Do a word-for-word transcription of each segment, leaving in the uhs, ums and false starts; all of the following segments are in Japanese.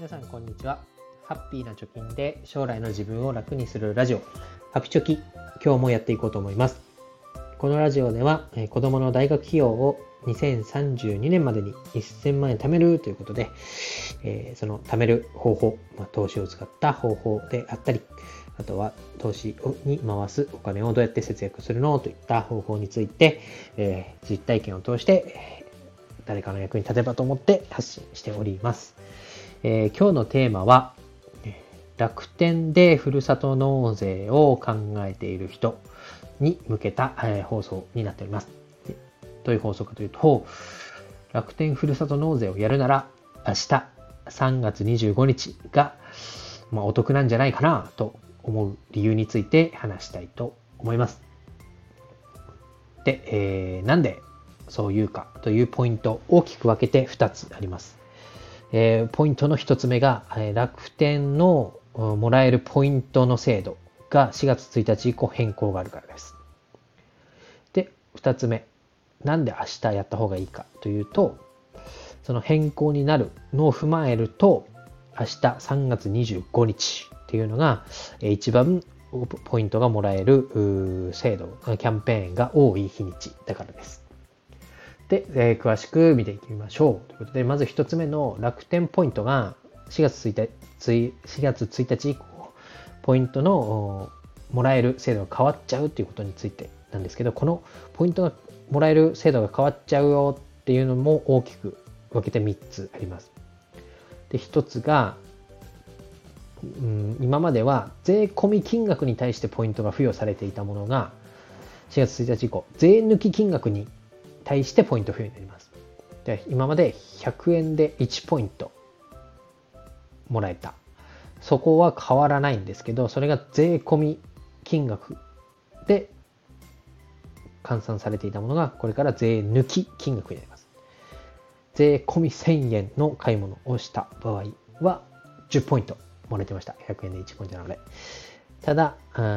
皆さんこんにちは。ハッピーな貯金で将来の自分を楽にするラジオハピチョキ、今日もやっていこうと思います。このラジオではえー子供の大学費用をにせんさんじゅうにねんまでにせんまんえん貯めるということで、えーその貯める方法、まあ、投資を使った方法であったり、あとは投資に回すお金をどうやって節約するのといった方法について、えー実体験を通してえー誰かの役に立てばと思って発信しております。えー今日のテーマは、楽天でふるさと納税を考えている人に向けた、えー放送になっております。でどういう放送かというと、楽天ふるさと納税をやるなら明日さんがつにじゅうごにちが、まあ、お得なんじゃないかなと思う理由について話したいと思います。で、えーなんでそう言うかというポイント、大きく分けてふたつあります。えーポイントのひとつめが、えー楽天のうんもらえるポイントの制度がしがつついたち以降変更があるからです。で、ふたつめ、なんで明日やった方がいいかというと、その変更になるのを踏まえると、明日さんがつにじゅうごにちっていうのが、えー一番ポイントがもらえるうー制度、キャンペーンが多い日にちだからです。で、えー詳しく見ていきましょう。ということで、まずひとつめの楽天ポイントがしがつついたち、しがつついたち以降、ポイントのおもらえる制度が変わっちゃうということについてなんですけど、このポイントがもらえる制度が変わっちゃうよっていうのも大きく分けてみっつあります。で、ひとつが、うん、今までは税込み金額に対してポイントが付与されていたものが、しがつついたち以降、税抜き金額に対してポイント付与になります。で、今までひゃくえんでいちポイントもらえた。そこは変わらないんですけど、それが税込み金額で換算されていたものが、これから税抜き金額になります。税込みせんえんの買い物をした場合はじゅうポイントもらえてました。ひゃくえんでいちポイントなので。ただ、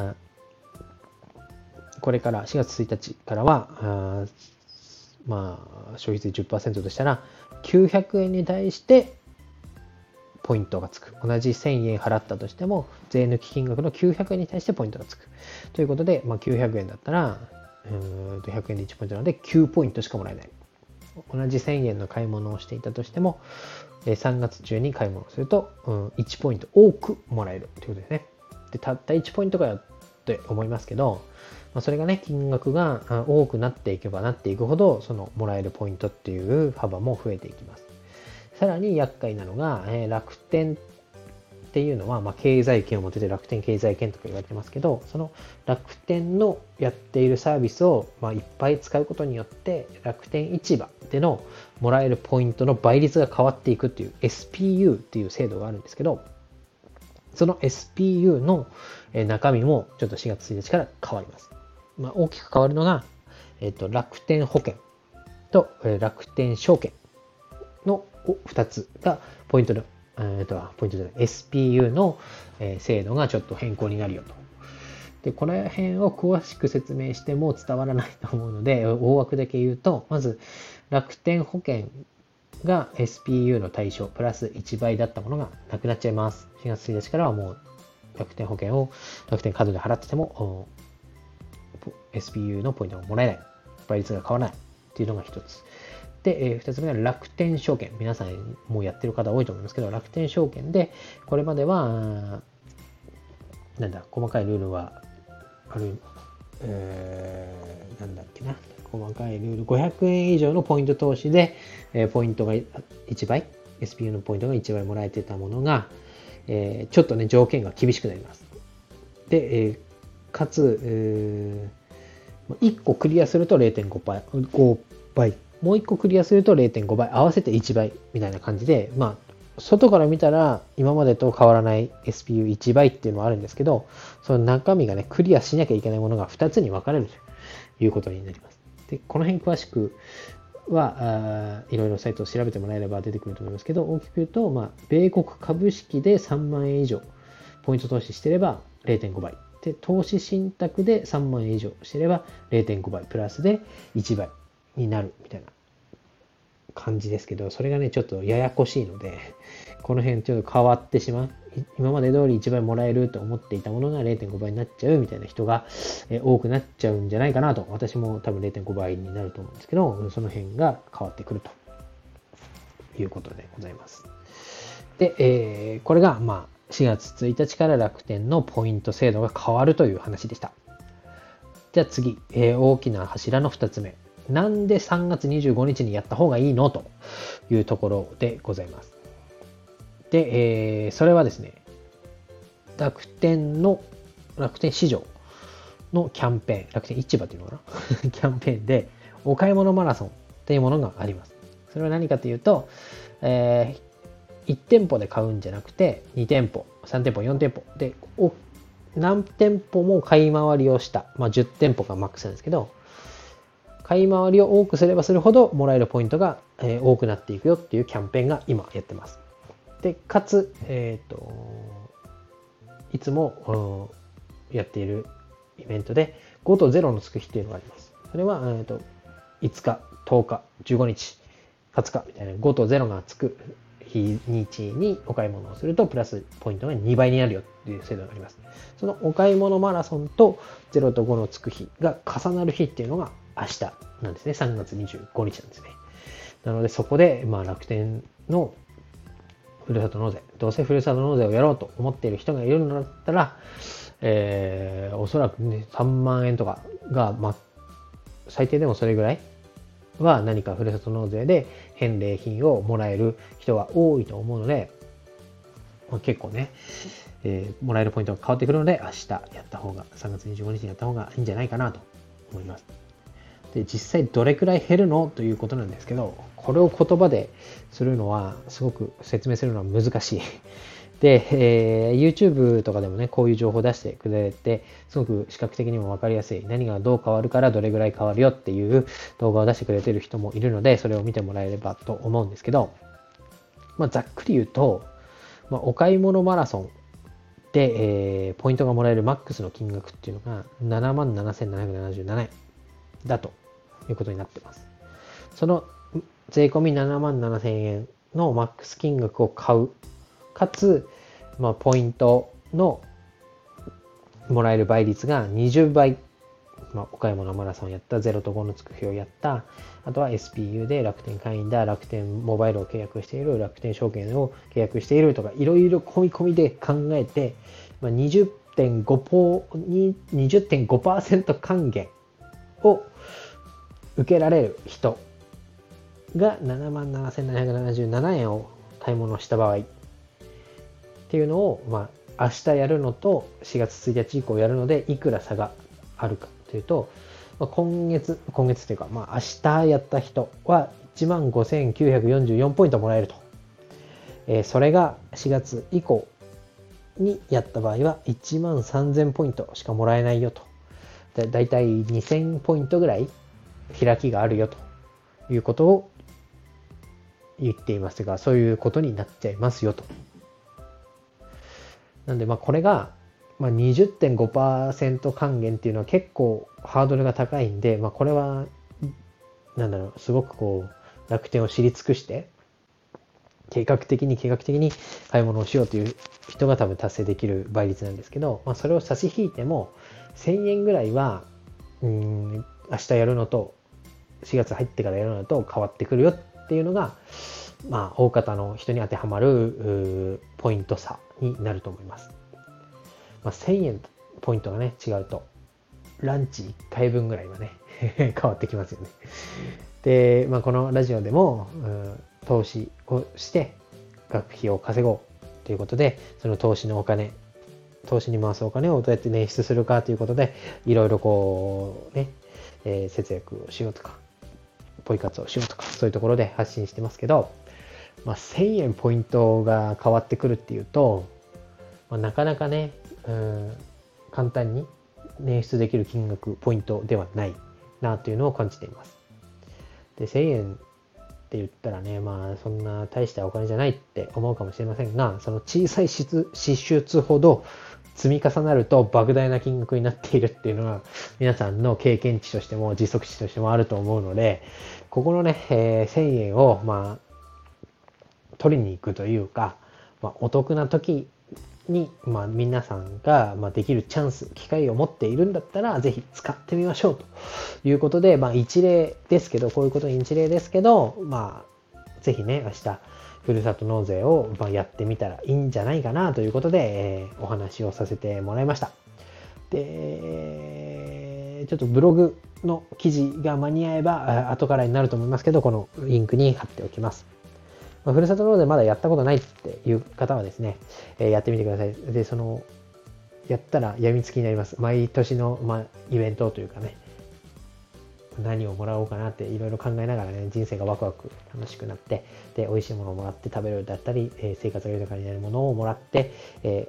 これからしがつついたちからは、まあ、消費税 じゅっパーセント としたらきゅうひゃくえんに対してポイントがつく。同じせんえん払ったとしても税抜き金額のきゅうひゃくえんに対してポイントがつくということで、まあ、きゅうひゃくえんだったらうーんとひゃくえんでいちポイントなのできゅうポイントしかもらえない。同じせんえんの買い物をしていたとしてもさんがつ中に買い物をすると、うん、いちポイント多くもらえるということですね。で、たったいちポイントかよって思いますけど、まあ、それがね、金額が多くなっていけばなっていくほど、そのもらえるポイントっていう幅も増えていきます。さらに厄介なのが、えー、楽天っていうのは、まあ、経済圏を持ってて楽天経済圏とか言われてますけど、その楽天のやっているサービスを、まあ、いっぱい使うことによって、楽天市場でのもらえるポイントの倍率が変わっていくっていう エスピーユー っていう制度があるんですけど、その エスピーユー の中身もちょっとしがつついたちから変わります。まあ、大きく変わるのが、えっと、楽天保険と楽天証券のふたつがポイントの、えっと、ポイントじゃない エスピーユー の制度がちょっと変更になるよと。で、この辺を詳しく説明しても伝わらないと思うので、大枠だけ言うと、まず楽天保険が エスピーユー の対象プラスいちばいだったものがなくなっちゃいます。しがつついたちからはもう楽天保険を楽天カードで払ってても エスピーユー のポイントがもらえない。倍率が変わらないっていうのが一つ。で、えー、二つ目が楽天証券。皆さんもうやってる方多いと思いますけど、楽天証券で、これまでは、なんだ、細かいルールは、ある、えー、なんだっけな。細かいルール。ごひゃくえん以上のポイント投資で、えー、ポイントがいちばい、エスピーユー のポイントがいちばいもらえてたものが、えー、ちょっとね、条件が厳しくなります。で、えーかつ、えー、いっこクリアすると れいてんごばい、ごばい、もういっこクリアすると れいてんごばい、合わせていちばいみたいな感じで、まあ、外から見たら今までと変わらない エスピーユーいちばいっていうのはあるんですけど、その中身がね、クリアしなきゃいけないものがふたつに分かれるということになります。で、この辺詳しくは、いろいろサイトを調べてもらえれば出てくると思いますけど、大きく言うと、まあ、米国株式でさんまんえん以上ポイント投資してれば れいてんごばい。で、投資信託でさんまんえん以上してれば れいてんごばいプラスでいちばいになるみたいな感じですけど、それがね、ちょっとややこしいので、この辺ちょっと変わってしまう。今まで通りいちばいもらえると思っていたものが れいてんごばいになっちゃうみたいな人が多くなっちゃうんじゃないかなと。私も多分 れいてんごばいになると思うんですけど、その辺が変わってくるということでございます。で、えー、これがまあしがつついたちから楽天のポイント制度が変わるという話でした。じゃあ次、えー、大きな柱のふたつめ。なんでさんがつにじゅうごにちにやった方がいいのというところでございます。で、えー、それはですね、楽天の、楽天市場のキャンペーン、楽天市場というのかなキャンペーンでお買い物マラソンというものがあります。それは何かというと、えー、いち店舗で買うんじゃなくて、に店舗、さん店舗、よん店舗で、何店舗も買い回りをした、まあ、じゅう店舗がマックスなんですけど、買い回りを多くすればするほどもらえるポイントが多くなっていくよっていうキャンペーンが今やってます。で、かつ、えっと、いつもやっているイベントでごとゼロのつく日っていうのがあります。それは、えっと、いつか、とおか、じゅうごにち、はつかみたいなごとゼロがつく日にちにお買い物をするとプラスポイントがにばいになるよっていう制度があります。そのお買い物マラソンとゼロとごのつく日が重なる日っていうのが明日なんですね。さんがつにじゅうごにちなんですね。なのでそこで、まあ、楽天のふるさと納税、どうせふるさと納税をやろうと思っている人がいるのだったら、えー、おそらくね、さんまんえんとかが、まあ、最低でもそれぐらいは何かふるさと納税で返礼品をもらえる人が多いと思うので、まあ、結構ね、えー、もらえるポイントが変わってくるので、明日やった方が、さんがつにじゅうごにちにやった方がいいんじゃないかなと思います。で、実際どれくらい減るのということなんですけど、これを言葉でするのはすごく説明するのは難しい。で、えー、YouTube とかでもね、こういう情報を出してくれて、すごく視覚的にも分かりやすい、何がどう変わるからどれぐらい変わるよっていう動画を出してくれてる人もいるので、それを見てもらえればと思うんですけど、まあ、ざっくり言うと、まあ、お買い物マラソンで、えー、ポイントがもらえるマックスの金額っていうのがななまんななせんななひゃくななじゅうななえんだということになっています。その税込みななまんななせんえんのマックス金額を買う、かつ、まあ、ポイントのもらえる倍率がにじゅうばい、まあ、お買い物マラソンやった、ゼロとごのつく日をやった、あとは エスピーユー で楽天会員だ、楽天モバイルを契約している、楽天証券を契約しているとか、いろいろ込み込みで考えて、まあ、にじゅってんごパーセント 還元を受けられる人がななまんななせんななひゃくななじゅうななえんを買い物した場合っていうのを、まあ、明日やるのとしがつついたち以降やるのでいくら差があるかというと、まあ、今月今月というか、まあ、明日やった人はいちまんごせんきゅうひゃくよんじゅうよんポイントもらえると、えー、それがしがつ以降にやった場合はいちまんさんぜんポイントしかもらえないよと。だ、だいたいにせんポイントぐらい開きがあるよということを言っていますが、そういうことになっちゃいますよと。なんでまあこれが にじゅってんごパーセント 還元っていうのは結構ハードルが高いんで、まあこれはなんだろう、すごくこう楽天を知り尽くして計画的に計画的に買い物をしようという人が多分達成できる倍率なんですけど、まあそれを差し引いてもせんえんぐらいはうーん明日やるのとしがつ入ってからやるのと変わってくるよっていうのが、まあ大方の人に当てはまるポイント差になると思います。まあ、せんえんポイントがね違うとランチいっかいぶんぐらいはね変わってきますよね。で、まあ、このラジオでも投資をして学費を稼ごうということで、その投資のお金投資に回すお金をどうやって捻出するかということでいろいろこうね、えー、節約をしようとかポイ活をしようとかそういうところで発信してますけど、まあ、せんえんポイントが変わってくるっていうと、まあ、なかなかねうん簡単に捻出できる金額ポイントではないなというのを感じています。でせんえんって言ったらね、まあそんな大したお金じゃないって思うかもしれませんが、その小さい支出ほど積み重なると莫大な金額になっているっていうのは皆さんの経験値としても実測値としてもあると思うので、ここのね、えー、せんえんをまあ取りに行くというか、まあ、お得な時に、まあ、皆さんが、まあ、できるチャンス、機会を持っているんだったら、ぜひ使ってみましょうということで、まあ、一例ですけど、こういうことに一例ですけど、まあ、ぜひね、明日、ふるさと納税を、まあ、やってみたらいいんじゃないかなということで、えー、お話をさせてもらいました。で、ちょっとブログの記事が間に合えば、後からになると思いますけど、このリンクに貼っておきます。まあ、ふるさと納税まだやったことないっていう方はですね、えー、やってみてください。で、その、やったら病みつきになります。毎年の、まあ、イベントというかね、何をもらおうかなっていろいろ考えながらね、人生がワクワク楽しくなって、で、美味しいものをもらって食べるだったり、えー、生活が豊かになるものをもらって、え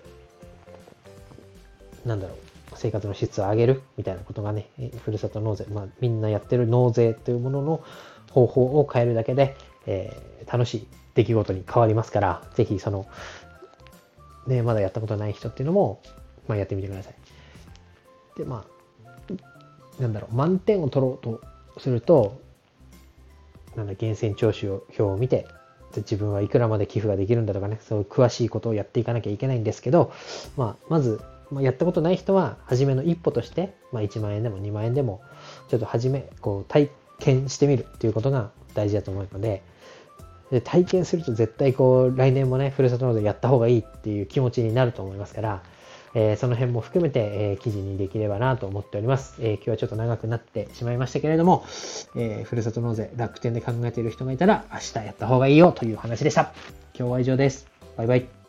ー、なんだろう、生活の質を上げるみたいなことがね、ふるさと納税、まあ、みんなやってる納税というものの方法を変えるだけで、えー、楽しい出来事に変わりますから、ぜひその、ね、まだやったことない人っていうのも、まあ、やってみてください。で、まあ、なんだろう、満点を取ろうとすると、なんだ、源泉徴収表を見て、自分はいくらまで寄付ができるんだとかね、そういう詳しいことをやっていかなきゃいけないんですけど、まあ、まず、まあ、やったことない人は、初めの一歩として、まあ、いちまんえんでもにまんえんでも、ちょっと初め、こう、体験してみるっていうことが大事だと思うので、で体験すると絶対こう来年もねふるさと納税やった方がいいっていう気持ちになると思いますから、えー、その辺も含めて、えー、記事にできればなと思っております、えー、今日はちょっと長くなってしまいましたけれども、えー、ふるさと納税楽天で考えている人がいたら明日やった方がいいよという話でした。今日は以上です。バイバイ。